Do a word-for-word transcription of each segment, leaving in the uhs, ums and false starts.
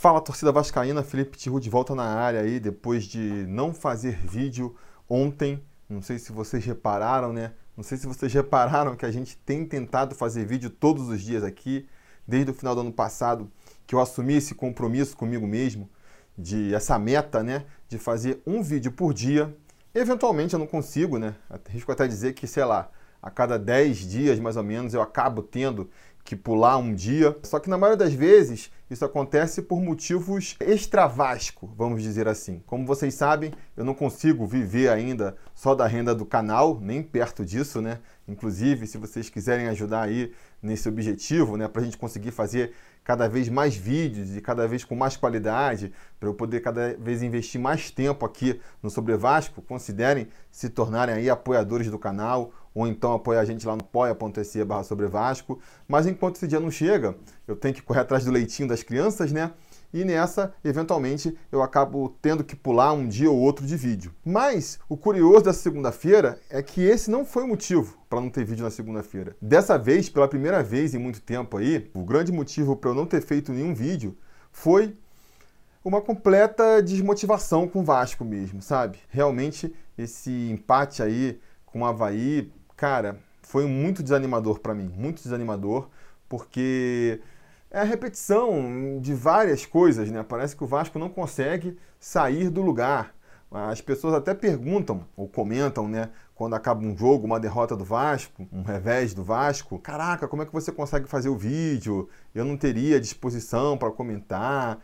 Fala, torcida vascaína, Felipe Tiru de volta na área aí, depois de não fazer vídeo ontem. Não sei se vocês repararam, né? Não sei se vocês repararam que a gente tem tentado fazer vídeo todos os dias aqui, desde o final do ano passado, que eu assumi esse compromisso comigo mesmo, de essa meta, né? De fazer um vídeo por dia. Eventualmente eu não consigo, né? Arrisco até dizer que, sei lá, a cada dez dias, mais ou menos, eu acabo tendo que pular um dia. Só que na maioria das vezes isso acontece por motivos extra-Vasco, vamos dizer assim. Como vocês sabem, eu não consigo viver ainda só da renda do canal, nem perto disso, né? Inclusive, se vocês quiserem ajudar aí nesse objetivo, né, para a gente conseguir fazer cada vez mais vídeos e cada vez com mais qualidade, para eu poder cada vez investir mais tempo aqui no Sobre Vasco, considerem se tornarem aí apoiadores do canal, ou então apoiar a gente lá no apoia.se barra Sobre Vasco. Mas enquanto esse dia não chega, eu tenho que correr atrás do leitinho das crianças, né? E nessa, eventualmente, eu acabo tendo que pular um dia ou outro de vídeo. Mas o curioso dessa segunda-feira é que esse não foi o motivo para não ter vídeo na segunda-feira. Dessa vez, pela primeira vez em muito tempo aí, o grande motivo para eu não ter feito nenhum vídeo foi uma completa desmotivação com o Vasco mesmo, sabe? Realmente, esse empate aí com o Avaí, cara, foi muito desanimador para mim, muito desanimador, porque é a repetição de várias coisas, né? Parece que o Vasco não consegue sair do lugar. As pessoas até perguntam ou comentam, né? Quando acaba um jogo, uma derrota do Vasco, um revés do Vasco. Caraca, como é que você consegue fazer o vídeo? Eu não teria disposição para comentar.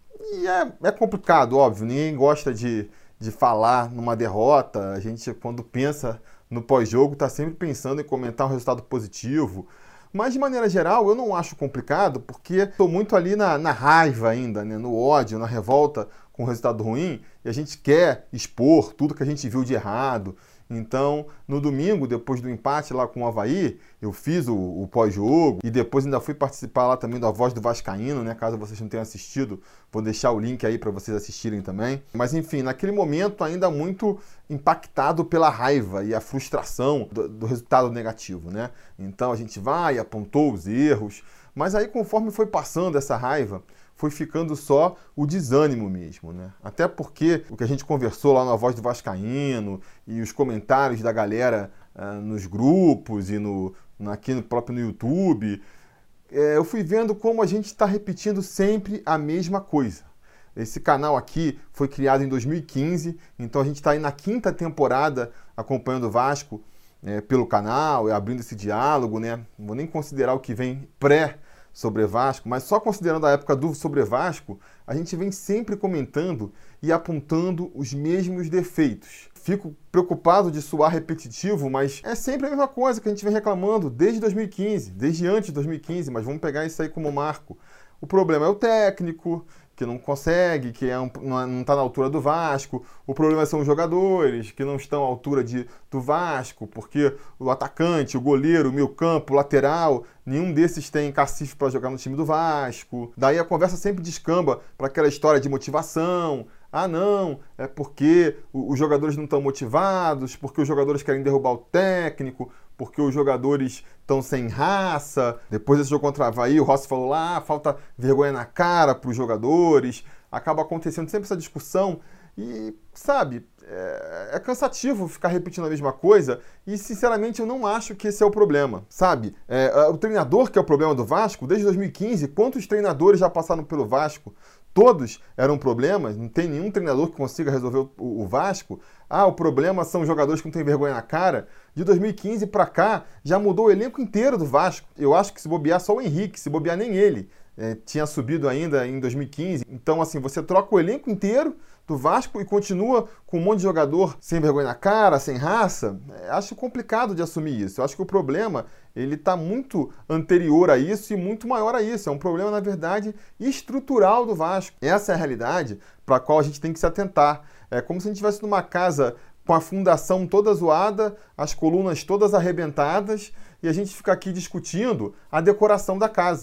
E é, é complicado, óbvio. Ninguém gosta de, de falar numa derrota. A gente, quando pensa no pós-jogo, está sempre pensando em comentar um resultado positivo. Mas, de maneira geral, eu não acho complicado, porque estou muito ali na, na raiva ainda, né? No ódio, na revolta com o resultado ruim, e a gente quer expor tudo que a gente viu de errado. Então, no domingo, depois do empate lá com o Avaí, eu fiz o, o pós-jogo e depois ainda fui participar lá também da Voz do Vascaíno, né? Caso vocês não tenham assistido, vou deixar o link aí para vocês assistirem também. Mas enfim, naquele momento ainda muito impactado pela raiva e a frustração do, do resultado negativo, né? Então a gente vai, apontou os erros, mas aí conforme foi passando essa raiva, foi ficando só o desânimo mesmo, né? Até porque o que a gente conversou lá na Voz do Vascaíno e os comentários da galera uh, nos grupos e no, aqui no próprio no YouTube, é, eu fui vendo como a gente está repetindo sempre a mesma coisa. Esse canal aqui foi criado em dois mil e quinze, então a gente está aí na quinta temporada acompanhando o Vasco é, pelo canal, abrindo esse diálogo, né? Não vou nem considerar o que vem pré Sobre Vasco, mas só considerando a época do Sobre Vasco, a gente vem sempre comentando e apontando os mesmos defeitos. Fico preocupado de soar repetitivo, mas é sempre a mesma coisa que a gente vem reclamando desde dois mil e quinze, desde antes de dois mil e quinze, mas vamos pegar isso aí como marco. O problema é o técnico, que não consegue, que é um, não está na altura do Vasco. O problema são os jogadores, que não estão à altura de, do Vasco, porque o atacante, o goleiro, o meio-campo, o lateral, nenhum desses tem cacife para jogar no time do Vasco. Daí a conversa sempre descamba para aquela história de motivação. Ah, não, é porque os jogadores não estão motivados, porque os jogadores querem derrubar o técnico, porque os jogadores estão sem raça. Depois desse jogo contra o Avaí, o Rossi falou lá, ah, falta vergonha na cara para os jogadores. Acaba acontecendo sempre essa discussão e, sabe, é, é cansativo ficar repetindo a mesma coisa e, sinceramente, eu não acho que esse é o problema, sabe? É, o treinador que é o problema do Vasco, desde dois mil e quinze, quantos treinadores já passaram pelo Vasco? Todos eram problemas, não tem nenhum treinador que consiga resolver o, o, o Vasco. Ah, o problema são os jogadores que não têm vergonha na cara. De dois mil e quinze para cá, já mudou o elenco inteiro do Vasco. Eu acho que se bobear só o Henrique, se bobear nem ele. É, tinha subido ainda em dois mil e quinze. Então, assim, você troca o elenco inteiro do Vasco e continua com um monte de jogador sem vergonha na cara, sem raça. É, acho complicado de assumir isso. Eu acho que o problema ele está muito anterior a isso e muito maior a isso. É um problema, na verdade, estrutural do Vasco. Essa é a realidade para a qual a gente tem que se atentar. É como se a gente estivesse numa casa com a fundação toda zoada, as colunas todas arrebentadas, e a gente fica aqui discutindo a decoração da casa.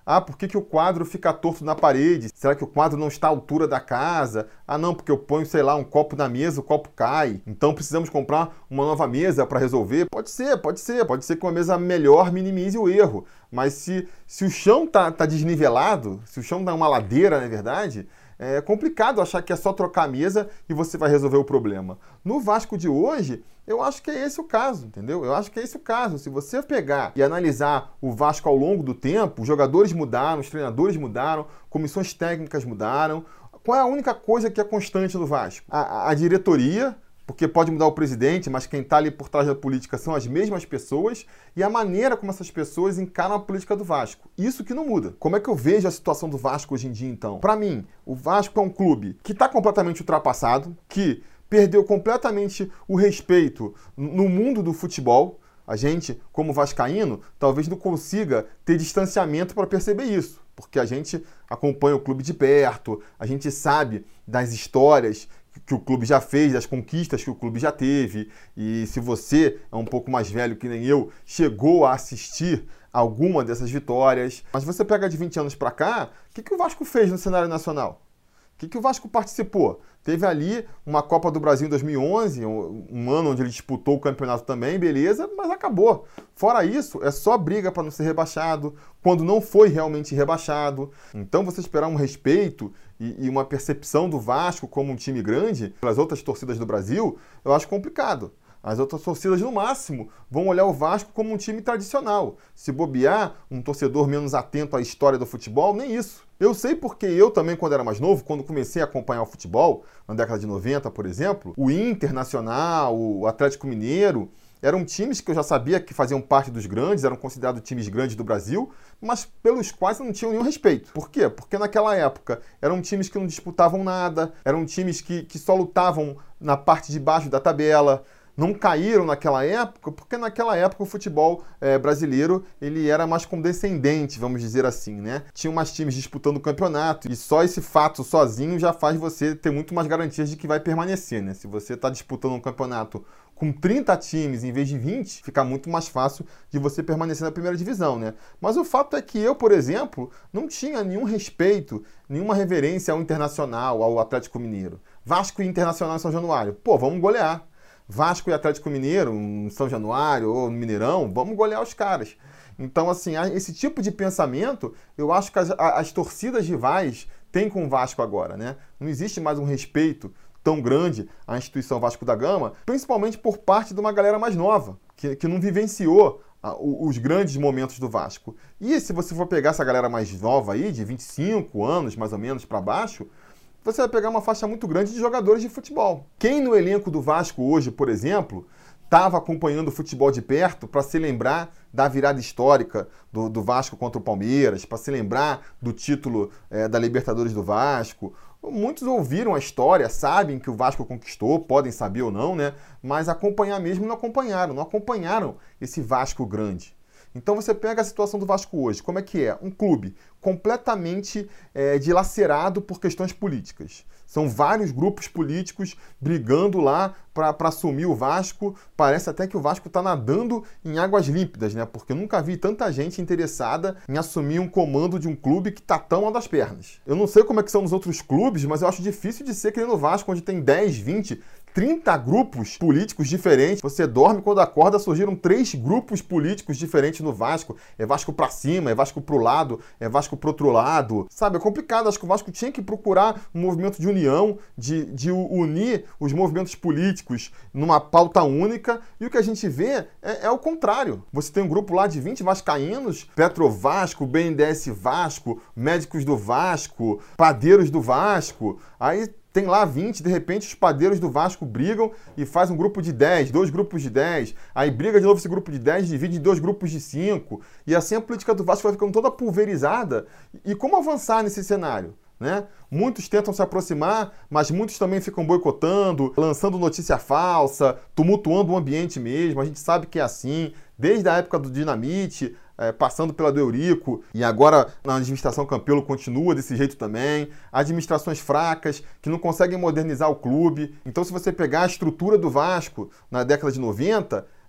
Ah, por que que o quadro fica torto na parede? Será que o quadro não está à altura da casa? Ah, não, porque eu ponho, sei lá, um copo na mesa, o copo cai. Então precisamos comprar uma nova mesa para resolver? Pode ser, pode ser. Pode ser que uma mesa melhor minimize o erro. Mas se, se o chão tá, tá desnivelado, se o chão dá uma ladeira, na verdade, é complicado achar que é só trocar a mesa e você vai resolver o problema. No Vasco de hoje, eu acho que é esse o caso, entendeu? Eu acho que é esse o caso. Se você pegar e analisar o Vasco ao longo do tempo, os jogadores mudaram, os treinadores mudaram, comissões técnicas mudaram. Qual é a única coisa que é constante no Vasco? A, a, a diretoria, porque pode mudar o presidente, mas quem está ali por trás da política são as mesmas pessoas, e a maneira como essas pessoas encaram a política do Vasco. Isso que não muda. Como é que eu vejo a situação do Vasco hoje em dia, então? Para mim, o Vasco é um clube que está completamente ultrapassado, que perdeu completamente o respeito no mundo do futebol. A gente, como vascaíno, talvez não consiga ter distanciamento para perceber isso, porque a gente acompanha o clube de perto, a gente sabe das histórias que o clube já fez, das conquistas que o clube já teve, e se você é um pouco mais velho que nem eu, chegou a assistir alguma dessas vitórias. Mas você pega de vinte anos para cá, o que, que o Vasco fez no cenário nacional? O que, que o Vasco participou? Teve ali uma Copa do Brasil em dois mil e onze, um, um ano onde ele disputou o campeonato também, beleza, mas acabou. Fora isso, é só briga para não ser rebaixado, quando não foi realmente rebaixado. Então você esperar um respeito e, e uma percepção do Vasco como um time grande pelas outras torcidas do Brasil, eu acho complicado. As outras torcidas, no máximo, vão olhar o Vasco como um time tradicional. Se bobear, um torcedor menos atento à história do futebol, nem isso. Eu sei porque eu também, quando era mais novo, quando comecei a acompanhar o futebol, na década de noventa, por exemplo, o Internacional, o Atlético Mineiro, eram times que eu já sabia que faziam parte dos grandes, eram considerados times grandes do Brasil, mas pelos quais eu não tinha nenhum respeito. Por quê? Porque naquela época eram times que não disputavam nada, eram times que, que só lutavam na parte de baixo da tabela, não caíram naquela época, porque naquela época o futebol é, brasileiro ele era mais condescendente, vamos dizer assim, né? Tinham mais times disputando o campeonato, e só esse fato sozinho já faz você ter muito mais garantias de que vai permanecer, né? Se você está disputando um campeonato com trinta times em vez de vinte, fica muito mais fácil de você permanecer na primeira divisão, né? Mas o fato é que eu, por exemplo, não tinha nenhum respeito, nenhuma reverência ao Internacional, ao Atlético Mineiro. Vasco e Internacional em São Januário. Pô, vamos golear. Vasco e Atlético Mineiro, em São Januário ou no Mineirão, vamos golear os caras. Então, assim, esse tipo de pensamento, eu acho que as, as torcidas rivais têm com o Vasco agora, né? Não existe mais um respeito tão grande à instituição Vasco da Gama, principalmente por parte de uma galera mais nova, que, que não vivenciou a, os grandes momentos do Vasco. E se você for pegar essa galera mais nova aí, de vinte e cinco anos, mais ou menos, para baixo, você vai pegar uma faixa muito grande de jogadores de futebol. Quem no elenco do Vasco hoje, por exemplo, estava acompanhando o futebol de perto para se lembrar da virada histórica do, do Vasco contra o Palmeiras, para se lembrar do título é, da Libertadores do Vasco? Muitos ouviram a história, sabem que o Vasco conquistou, podem saber ou não, né? Mas acompanhar mesmo não acompanharam, não acompanharam esse Vasco grande. Então você pega a situação do Vasco hoje, como é que é? Um clube completamente é, dilacerado por questões políticas. São vários grupos políticos brigando lá para assumir o Vasco. Parece até que o Vasco está nadando em águas límpidas, né? Porque eu nunca vi tanta gente interessada em assumir um comando de um clube que está tão mal das pernas. Eu não sei como é que são nos outros clubes, mas eu acho difícil de ser que nem no Vasco, onde tem dez, vinte, trinta grupos políticos diferentes. Você dorme, quando acorda, surgiram três grupos políticos diferentes no Vasco. É Vasco pra cima, é Vasco pro lado, é Vasco pro outro lado. Sabe, é complicado. Acho que o Vasco tinha que procurar um movimento de união, de, de unir os movimentos políticos numa pauta única. E o que a gente vê é, é o contrário. Você tem um grupo lá de vinte vascaínos, Petro Vasco, B N D E S Vasco, Médicos do Vasco, Padeiros do Vasco. Aí tem lá vinte, de repente os padeiros do Vasco brigam e faz um grupo de dez, dois grupos de dez, aí briga de novo esse grupo de dez, divide em dois grupos de cinco, e assim a política do Vasco vai ficando toda pulverizada. E como avançar nesse cenário? Né? Muitos tentam se aproximar, mas muitos também ficam boicotando, lançando notícia falsa, tumultuando o ambiente mesmo. A gente sabe que é assim, desde a época do Dinamite, é, passando pela do Eurico, e agora na administração Campelo continua desse jeito também. Administrações fracas, que não conseguem modernizar o clube. Então, se você pegar a estrutura do Vasco na década de noventa,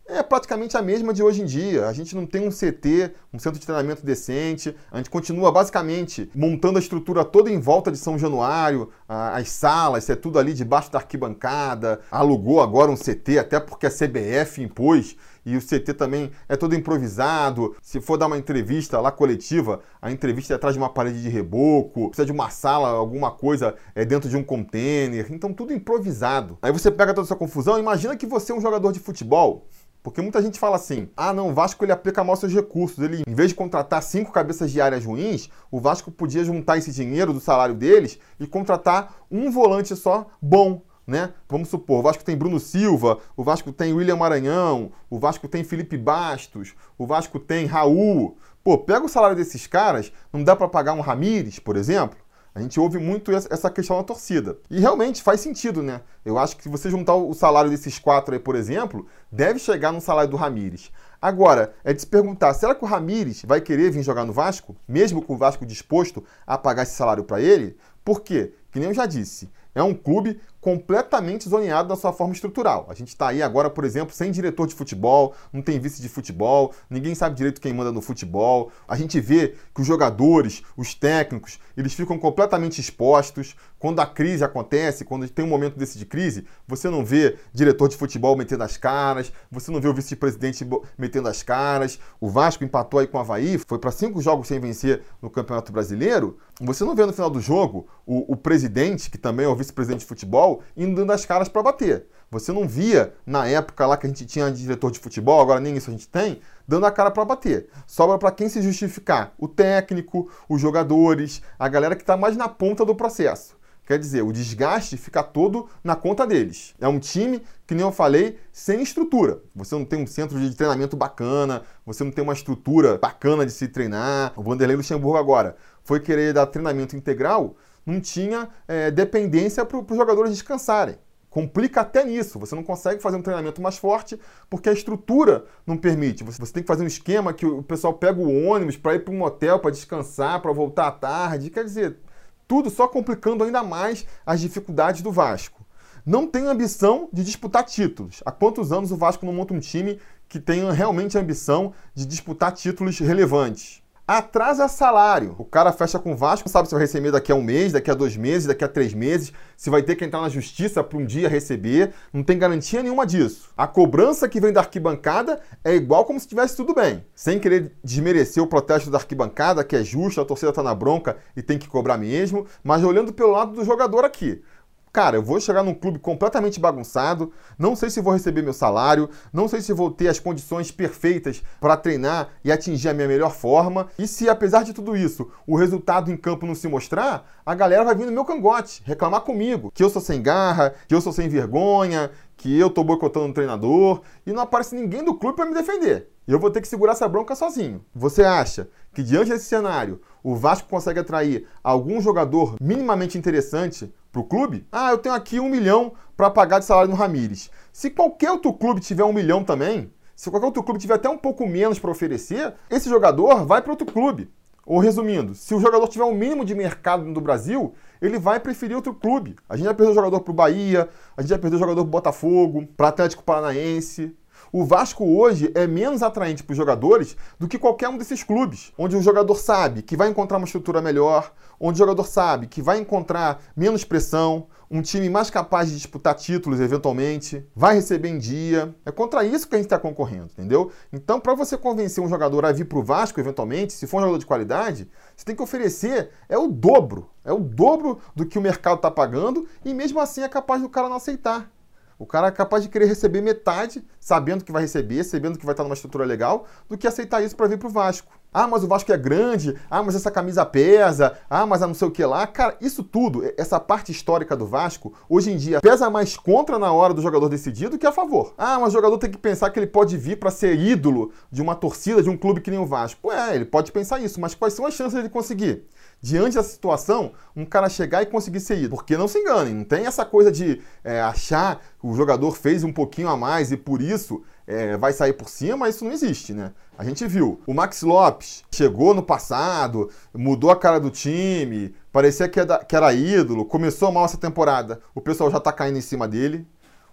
é praticamente a mesma de hoje em dia. A gente não tem um C T, um centro de treinamento decente, a gente continua basicamente montando a estrutura toda em volta de São Januário, as salas, isso é tudo ali debaixo da arquibancada, alugou agora um C T, até porque a C B F impôs, e o C T também é todo improvisado. Se for dar uma entrevista lá coletiva, a entrevista é atrás de uma parede de reboco, precisa de uma sala, alguma coisa é dentro de um container, então tudo improvisado. Aí você pega toda essa confusão, imagina que você é um jogador de futebol. Porque muita gente fala assim, ah não, o Vasco ele aplica mal seus recursos, ele, em vez de contratar cinco cabeças de áreas ruins, o Vasco podia juntar esse dinheiro do salário deles e contratar um volante só bom, né? Vamos supor, o Vasco tem Bruno Silva, o Vasco tem William Maranhão, o Vasco tem Felipe Bastos, o Vasco tem Raul. Pô, pega o salário desses caras, não dá para pagar um Ramires, por exemplo? A gente ouve muito essa questão na torcida. E realmente faz sentido, né? Eu acho que se você juntar o salário desses quatro aí, por exemplo, deve chegar no salário do Ramires. Agora, é de se perguntar, será que o Ramires vai querer vir jogar no Vasco? Mesmo com o Vasco disposto a pagar esse salário para ele? Por quê? Que nem eu já disse, é um clube completamente zoneado na sua forma estrutural. A gente está aí agora, por exemplo, sem diretor de futebol, não tem vice de futebol, ninguém sabe direito quem manda no futebol. A gente vê que os jogadores, os técnicos, eles ficam completamente expostos. Quando a crise acontece, quando tem um momento desse de crise, você não vê diretor de futebol metendo as caras, você não vê o vice-presidente metendo as caras. O Vasco empatou aí com o Avaí, foi para cinco jogos sem vencer no Campeonato Brasileiro. Você não vê no final do jogo o, o presidente, que também é o vice-presidente de futebol, indo dando as caras para bater. Você não via, na época lá que a gente tinha diretor de futebol, agora nem isso a gente tem, dando a cara para bater. Sobra para quem se justificar? O técnico, os jogadores, a galera que está mais na ponta do processo. Quer dizer, o desgaste fica todo na conta deles. É um time, que nem eu falei, sem estrutura. Você não tem um centro de treinamento bacana, você não tem uma estrutura bacana de se treinar. O Vanderlei Luxemburgo agora foi querer dar treinamento integral, não tinha é, dependência para os jogadores descansarem. Complica até nisso. Você não consegue fazer um treinamento mais forte porque a estrutura não permite. Você, você tem que fazer um esquema que o pessoal pega o ônibus para ir para um hotel, para descansar, para voltar à tarde. Quer dizer, tudo só complicando ainda mais as dificuldades do Vasco. Não tem ambição de disputar títulos. Há quantos anos o Vasco não monta um time que tenha realmente a ambição de disputar títulos relevantes? Atrasa salário. O cara fecha com o Vasco, não sabe se vai receber daqui a um mês, daqui a dois meses, daqui a três meses, se vai ter que entrar na justiça para um dia receber. Não tem garantia nenhuma disso. A cobrança que vem da arquibancada é igual como se tivesse tudo bem. Sem querer desmerecer o protesto da arquibancada, que é justo, a torcida tá na bronca e tem que cobrar mesmo, mas olhando pelo lado do jogador aqui. Cara, eu vou chegar num clube completamente bagunçado, não sei se vou receber meu salário, não sei se vou ter as condições perfeitas para treinar e atingir a minha melhor forma. E se, apesar de tudo isso, o resultado em campo não se mostrar, a galera vai vir no meu cangote, reclamar comigo, que eu sou sem garra, que eu sou sem vergonha, que eu tô boicotando o treinador, e não aparece ninguém do clube para me defender. E eu vou ter que segurar essa bronca sozinho. Você acha que, diante desse cenário, o Vasco consegue atrair algum jogador minimamente interessante para o clube? Ah, eu tenho aqui um milhão para pagar de salário no Ramires. Se qualquer outro clube tiver um milhão também, se qualquer outro clube tiver até um pouco menos para oferecer, esse jogador vai para outro clube. Ou resumindo, se o jogador tiver um mínimo de mercado no Brasil, ele vai preferir outro clube. A gente já perdeu jogador para o Bahia, a gente já perdeu jogador para o Botafogo, para Atlético Paranaense. O Vasco hoje é menos atraente para os jogadores do que qualquer um desses clubes, onde o jogador sabe que vai encontrar uma estrutura melhor, onde o jogador sabe que vai encontrar menos pressão, um time mais capaz de disputar títulos eventualmente, vai receber em dia. É contra isso que a gente está concorrendo, entendeu? Então, para você convencer um jogador a vir para o Vasco eventualmente, se for um jogador de qualidade, você tem que oferecer é o dobro, é o dobro do que o mercado está pagando e mesmo assim é capaz do cara não aceitar. O cara é capaz de querer receber metade, sabendo que vai receber, sabendo que vai estar numa estrutura legal, do que aceitar isso para vir para o Vasco. Ah, mas o Vasco é grande, ah, mas essa camisa pesa, ah, mas não sei o que lá. Cara, isso tudo, essa parte histórica do Vasco, hoje em dia, pesa mais contra na hora do jogador decidir do que a favor. Ah, mas o jogador tem que pensar que ele pode vir para ser ídolo de uma torcida, de um clube que nem o Vasco. É, ele pode pensar isso, mas quais são as chances de conseguir? Diante dessa situação, um cara chegar e conseguir ser ídolo. Porque não se enganem, não tem essa coisa de é, achar que o jogador fez um pouquinho a mais e por isso é, vai sair por cima, isso não existe, né? A gente viu, o Maxi Lopes chegou no passado, mudou a cara do time, parecia que era, que era ídolo, começou mal essa temporada, o pessoal já tá caindo em cima dele.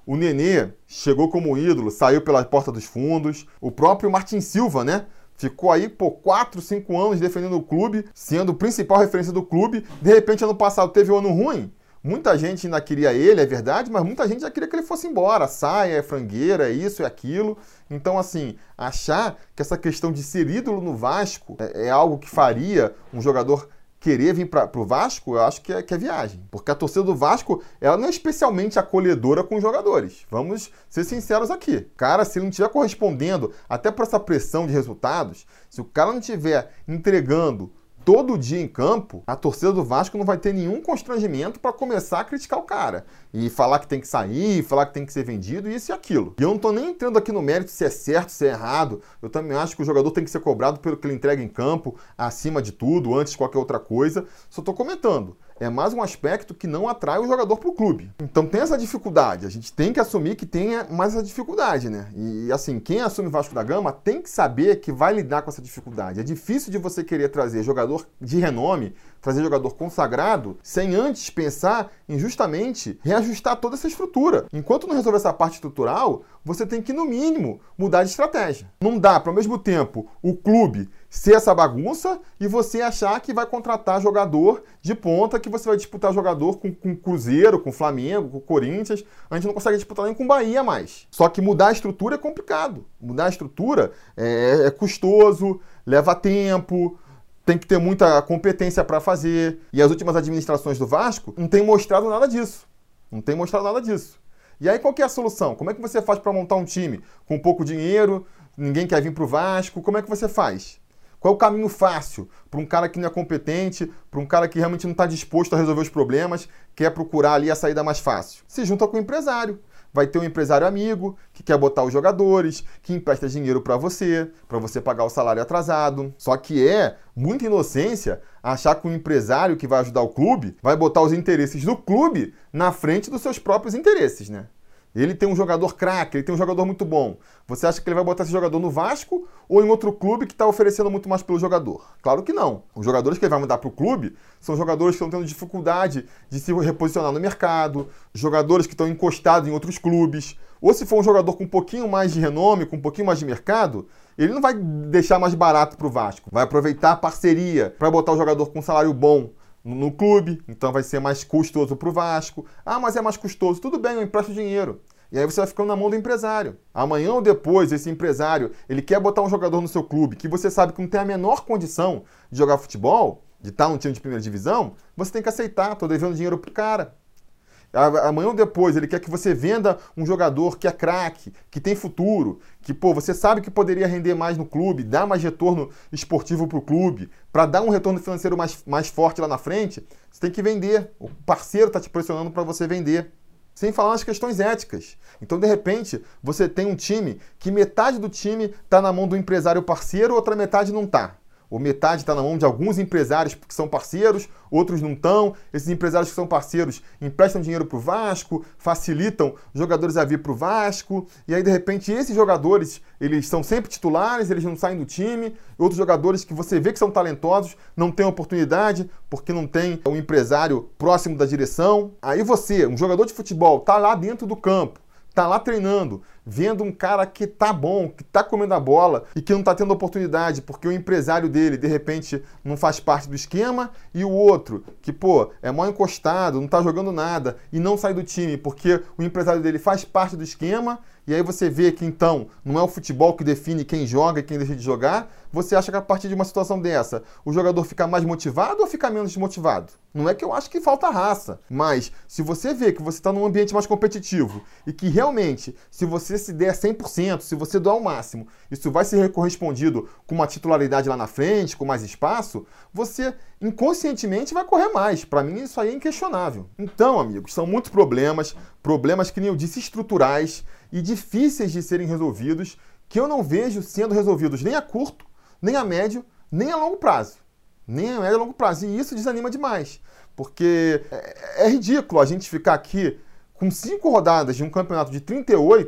O Nenê chegou como ídolo, saiu pela porta dos fundos. O próprio Martin Silva, né? Ficou aí por quatro, cinco anos defendendo o clube, sendo a principal referência do clube. De repente, ano passado teve um ano ruim. Muita gente ainda queria ele, é verdade, mas muita gente já queria que ele fosse embora. Saia, é frangueira, é isso, é aquilo. Então, assim, achar que essa questão de ser ídolo no Vasco é, é algo que faria um jogador querer vir para o Vasco, eu acho que é, que é viagem. Porque a torcida do Vasco, ela não é especialmente acolhedora com os jogadores. Vamos ser sinceros aqui. Cara, se ele não estiver correspondendo até para essa pressão de resultados, se o cara não estiver entregando todo dia em campo, a torcida do Vasco não vai ter nenhum constrangimento para começar a criticar o cara. E falar que tem que sair, falar que tem que ser vendido, isso e aquilo. E eu não tô nem entrando aqui no mérito se é certo, se é errado. Eu também acho que o jogador tem que ser cobrado pelo que ele entrega em campo, acima de tudo, antes de qualquer outra coisa. Só tô comentando. É mais um aspecto que não atrai o jogador pro clube. Então tem essa dificuldade. A gente tem que assumir que tem mais essa dificuldade, né? E assim, quem assume Vasco da Gama tem que saber que vai lidar com essa dificuldade. É difícil de você querer trazer jogador de renome, trazer jogador consagrado, sem antes pensar em justamente reajustar toda essa estrutura. Enquanto não resolver essa parte estrutural, você tem que, no mínimo, mudar de estratégia. Não dá para, ao mesmo tempo, o clube ser essa bagunça e você achar que vai contratar jogador de ponta, que você vai disputar jogador com, com Cruzeiro, com Flamengo, com Corinthians. A gente não consegue disputar nem com Bahia mais. Só que mudar a estrutura é complicado. Mudar a estrutura é, é custoso, leva tempo, tem que ter muita competência para fazer. E as últimas administrações do Vasco não têm mostrado nada disso. Não tem mostrado nada disso. E aí qual que é a solução? Como é que você faz para montar um time com pouco dinheiro, ninguém quer vir para o Vasco? Como é que você faz? Qual é o caminho fácil para um cara que não é competente, para um cara que realmente não está disposto a resolver os problemas, quer procurar ali a saída mais fácil? Se junta com o empresário. Vai ter um empresário amigo que quer botar os jogadores, que empresta dinheiro para você, para você pagar o salário atrasado. Só que é muita inocência achar que um empresário que vai ajudar o clube vai botar os interesses do clube na frente dos seus próprios interesses, né? Ele tem um jogador craque, ele tem um jogador muito bom. Você acha que ele vai botar esse jogador no Vasco ou em outro clube que está oferecendo muito mais pelo jogador? Claro que não. Os jogadores que ele vai mandar para o clube são jogadores que estão tendo dificuldade de se reposicionar no mercado, jogadores que estão encostados em outros clubes. Ou se for um jogador com um pouquinho mais de renome, com um pouquinho mais de mercado, ele não vai deixar mais barato para o Vasco. Vai aproveitar a parceria para botar o jogador com um salário bom no clube, então vai ser mais custoso para o Vasco. Ah, mas é mais custoso. Tudo bem, eu empresto dinheiro. E aí você vai ficando na mão do empresário. Amanhã ou depois, esse empresário, ele quer botar um jogador no seu clube que você sabe que não tem a menor condição de jogar futebol, de estar num time de primeira divisão, você tem que aceitar. Estou devendo dinheiro pro cara. Amanhã ou depois, ele quer que você venda um jogador que é craque, que tem futuro, que pô, você sabe que poderia render mais no clube, dar mais retorno esportivo para o clube, para dar um retorno financeiro mais, mais forte lá na frente, você tem que vender. O parceiro está te pressionando para você vender. Sem falar nas questões éticas. Então, de repente, você tem um time que metade do time está na mão do empresário parceiro, outra metade não está. Ou metade está na mão de alguns empresários que são parceiros, outros não estão. Esses empresários que são parceiros emprestam dinheiro para o Vasco, facilitam jogadores a vir para o Vasco. E aí, de repente, esses jogadores, eles são sempre titulares, eles não saem do time. Outros jogadores que você vê que são talentosos, não têm oportunidade, porque não tem um empresário próximo da direção. Aí você, um jogador de futebol, está lá dentro do campo, tá lá treinando, vendo um cara que tá bom, que tá comendo a bola e que não tá tendo oportunidade porque o empresário dele, de repente, não faz parte do esquema, e o outro, que, pô, é mal encostado, não tá jogando nada e não sai do time porque o empresário dele faz parte do esquema, e aí você vê que, então, não é o futebol que define quem joga e quem deixa de jogar. Você acha que a partir de uma situação dessa, o jogador fica mais motivado ou fica menos desmotivado? Não é que eu acho que falta raça, mas se você vê que você está num ambiente mais competitivo e que realmente, se você se der cem por cento, se você doar o máximo, isso vai ser correspondido com uma titularidade lá na frente, com mais espaço, você inconscientemente vai correr mais. Para mim, isso aí é inquestionável. Então, amigos, são muitos problemas, problemas que nem eu disse, estruturais e difíceis de serem resolvidos, que eu não vejo sendo resolvidos nem a curto, nem a médio, nem a longo prazo. Nem a médio e a longo prazo. E isso desanima demais. Porque é, é ridículo a gente ficar aqui com cinco rodadas de um campeonato de trinta e oito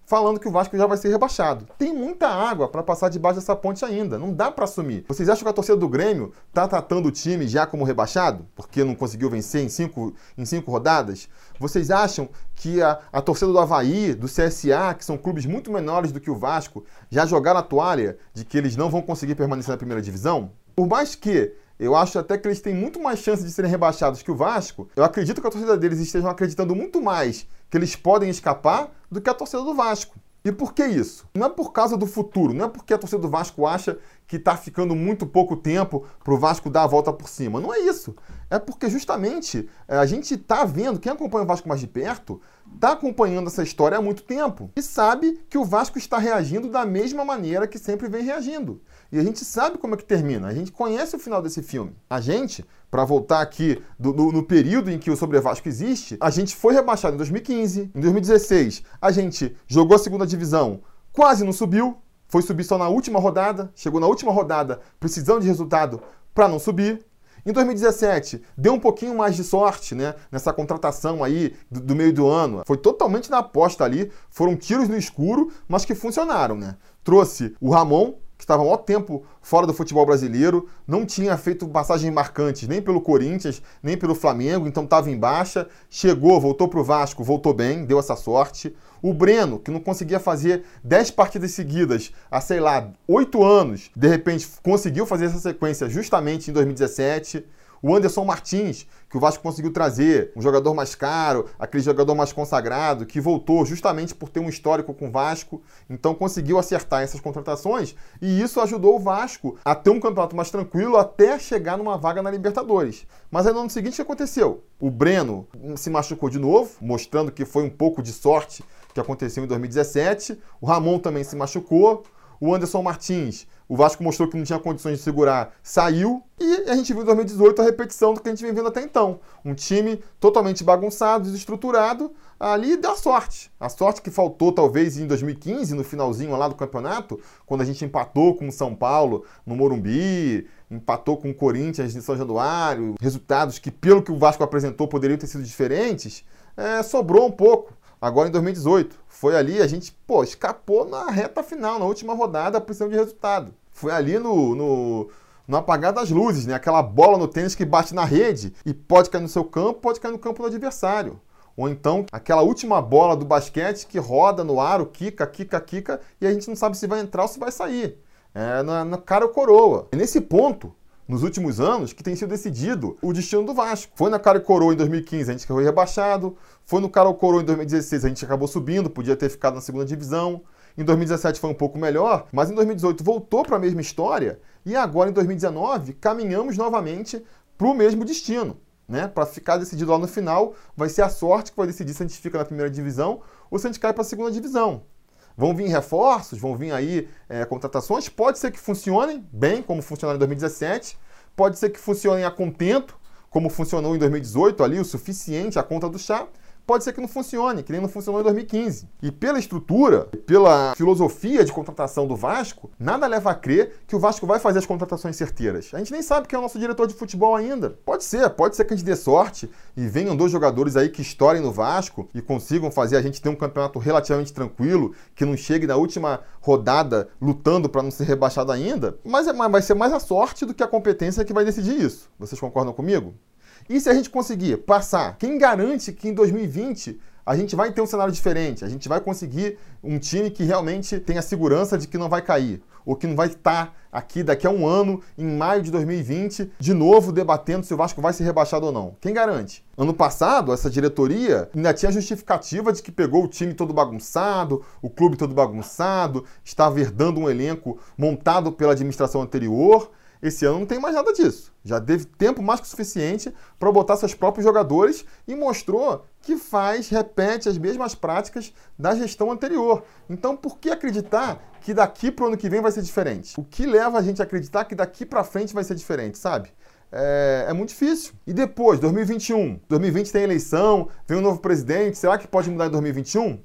falando que o Vasco já vai ser rebaixado. Tem muita água para passar debaixo dessa ponte ainda, não dá para assumir. Vocês acham que a torcida do Grêmio está tratando o time já como rebaixado? Porque não conseguiu vencer em cinco, em cinco rodadas? Vocês acham que a, a torcida do Avaí, do C S A, que são clubes muito menores do que o Vasco, já jogaram a toalha de que eles não vão conseguir permanecer na primeira divisão? Por mais que eu acho até que eles têm muito mais chance de serem rebaixados que o Vasco, eu acredito que a torcida deles estejam acreditando muito mais que eles podem escapar do que a torcida do Vasco. E por que isso? Não é por causa do futuro, não é porque a torcida do Vasco acha que está ficando muito pouco tempo para o Vasco dar a volta por cima. Não é isso. É porque justamente a gente está vendo, quem acompanha o Vasco mais de perto, está acompanhando essa história há muito tempo e sabe que o Vasco está reagindo da mesma maneira que sempre vem reagindo. E a gente sabe como é que termina, a gente conhece o final desse filme. A gente, para voltar aqui do, do, no período em que o Sobre Vasco existe, a gente foi rebaixado em dois mil e quinze, em dois mil e dezesseis a gente jogou a segunda divisão, quase não subiu, foi subir só na última rodada, chegou na última rodada precisando de resultado para não subir. Em dois mil e dezessete, deu um pouquinho mais de sorte, né, nessa contratação aí do, do meio do ano. Foi totalmente na aposta ali, foram tiros no escuro, mas que funcionaram, né? Trouxe o Ramon, que estava há maior tempo fora do futebol brasileiro, não tinha feito passagens marcantes nem pelo Corinthians, nem pelo Flamengo, então estava em baixa, chegou, voltou para o Vasco, voltou bem, deu essa sorte. O Breno, que não conseguia fazer dez partidas seguidas há, sei lá, oito anos, de repente conseguiu fazer essa sequência justamente em dois mil e dezessete. O Anderson Martins, que o Vasco conseguiu trazer, um jogador mais caro, aquele jogador mais consagrado, que voltou justamente por ter um histórico com o Vasco, então conseguiu acertar essas contratações e isso ajudou o Vasco a ter um campeonato mais tranquilo até chegar numa vaga na Libertadores. Mas aí no ano seguinte o que aconteceu? O Breno se machucou de novo, mostrando que foi um pouco de sorte que aconteceu em dois mil e dezessete, o Ramon também se machucou, o Anderson Martins, o Vasco mostrou que não tinha condições de segurar, saiu, e a gente viu em dois mil e dezoito a repetição do que a gente vem vendo até então. Um time totalmente bagunçado, desestruturado, ali deu a sorte. A sorte que faltou talvez em dois mil e quinze, no finalzinho lá do campeonato, quando a gente empatou com o São Paulo no Morumbi, empatou com o Corinthians em São Januário, resultados que, pelo que o Vasco apresentou, poderiam ter sido diferentes, é, sobrou um pouco. Agora em dois mil e dezoito, foi ali, a gente, pô, escapou na reta final, na última rodada, a precisão de resultado. Foi ali no, no, no apagar das luzes, né? Aquela bola no tênis que bate na rede e pode cair no seu campo, pode cair no campo do adversário. Ou então, aquela última bola do basquete que roda no aro, quica, quica, quica, e a gente não sabe se vai entrar ou se vai sair. É na, na cara ou coroa. E nesse ponto, nos últimos anos, que tem sido decidido o destino do Vasco. Foi na cara e coroa em dois mil e quinze, a gente foi rebaixado. Foi no cara ou coroa em dois mil e dezesseis, a gente acabou subindo, podia ter ficado na segunda divisão. Em dois mil e dezessete foi um pouco melhor, mas em dois mil e dezoito voltou para a mesma história. E agora, em dois mil e dezenove, caminhamos novamente para o mesmo destino. Né? Para ficar decidido lá no final, vai ser a sorte que vai decidir se a gente fica na primeira divisão ou se a gente cai para a segunda divisão. Vão vir reforços, vão vir aí é, contratações, pode ser que funcionem bem, como funcionaram em dois mil e dezessete, pode ser que funcionem a contento, como funcionou em dois mil e dezoito, ali o suficiente, a conta do chá, pode ser que não funcione, que nem não funcionou em dois mil e quinze. E pela estrutura, pela filosofia de contratação do Vasco, nada leva a crer que o Vasco vai fazer as contratações certeiras. A gente nem sabe quem é o nosso diretor de futebol ainda. Pode ser, pode ser que a gente dê sorte e venham dois jogadores aí que estourem no Vasco e consigam fazer a gente ter um campeonato relativamente tranquilo, que não chegue na última rodada lutando para não ser rebaixado ainda. Mas é, vai ser mais a sorte do que a competência que vai decidir isso. Vocês concordam comigo? E se a gente conseguir passar, quem garante que em dois mil e vinte a gente vai ter um cenário diferente? A gente vai conseguir um time que realmente tenha segurança de que não vai cair, ou que não vai estar aqui daqui a um ano, em maio de dois mil e vinte, de novo debatendo se o Vasco vai ser rebaixado ou não. Quem garante? Ano passado, essa diretoria ainda tinha a justificativa de que pegou o time todo bagunçado, o clube todo bagunçado, estava herdando um elenco montado pela administração anterior. Esse ano não tem mais nada disso. Já teve tempo mais que suficiente para botar seus próprios jogadores e mostrou que faz, repete as mesmas práticas da gestão anterior. Então, por que acreditar que daqui para o ano que vem vai ser diferente? O que leva a gente a acreditar que daqui para frente vai ser diferente, sabe? É, é muito difícil. E depois, dois mil e vinte e um? dois mil e vinte tem eleição, vem um novo presidente, será que pode mudar em dois mil e vinte e um?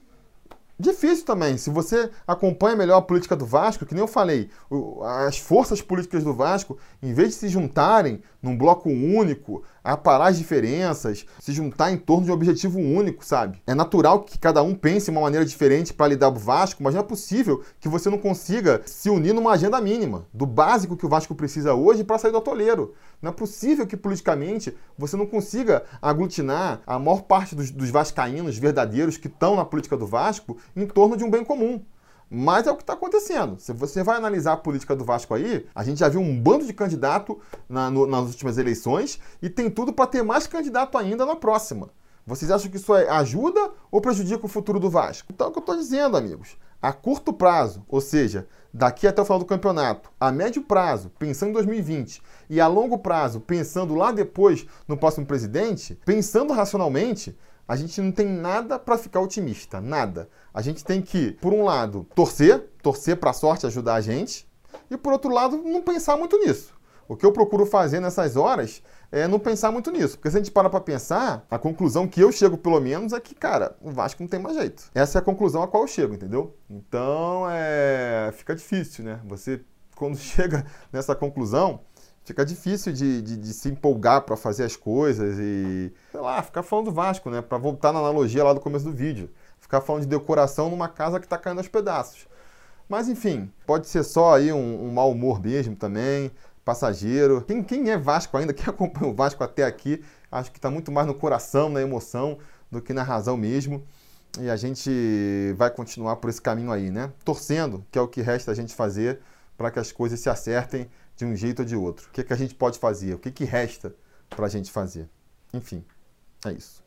Difícil também. Se você acompanha melhor a política do Vasco, que nem eu falei, as forças políticas do Vasco, em vez de se juntarem num bloco único, aparar as diferenças, se juntar em torno de um objetivo único, sabe? É natural que cada um pense de uma maneira diferente para lidar com o Vasco, mas não é possível que você não consiga se unir numa agenda mínima, do básico que o Vasco precisa hoje para sair do atoleiro. Não é possível que politicamente você não consiga aglutinar a maior parte dos, dos vascaínos verdadeiros que estão na política do Vasco em torno de um bem comum. Mas é o que está acontecendo. Se você vai analisar a política do Vasco aí, a gente já viu um bando de candidato na, no, nas últimas eleições e tem tudo para ter mais candidato ainda na próxima. Vocês acham que isso ajuda ou prejudica o futuro do Vasco? Então é o que eu estou dizendo, amigos. A curto prazo, ou seja, daqui até o final do campeonato, a médio prazo, pensando em dois mil e vinte, e a longo prazo, pensando lá depois no próximo presidente, pensando racionalmente, a gente não tem nada para ficar otimista, nada. A gente tem que, por um lado, torcer, torcer para a sorte ajudar a gente, e por outro lado, não pensar muito nisso. O que eu procuro fazer nessas horas é não pensar muito nisso, porque se a gente para para pensar, a conclusão que eu chego pelo menos é que, cara, o Vasco não tem mais jeito. Essa é a conclusão a qual eu chego, entendeu? Então, é... fica difícil, né? Você, quando chega nessa conclusão, fica difícil de, de, de se empolgar para fazer as coisas e, sei lá, ficar falando do Vasco, né? Para voltar na analogia lá do começo do vídeo. Ficar falando de decoração numa casa que está caindo aos pedaços. Mas, enfim, pode ser só aí um, um mau humor mesmo também, passageiro. Quem, quem é Vasco ainda, quem acompanha o Vasco até aqui, acho que está muito mais no coração, na emoção, do que na razão mesmo. E a gente vai continuar por esse caminho aí, né? Torcendo, que é o que resta a gente fazer para que as coisas se acertem de um jeito ou de outro. O que, que a gente pode fazer? O que, que resta para a gente fazer? Enfim, é isso.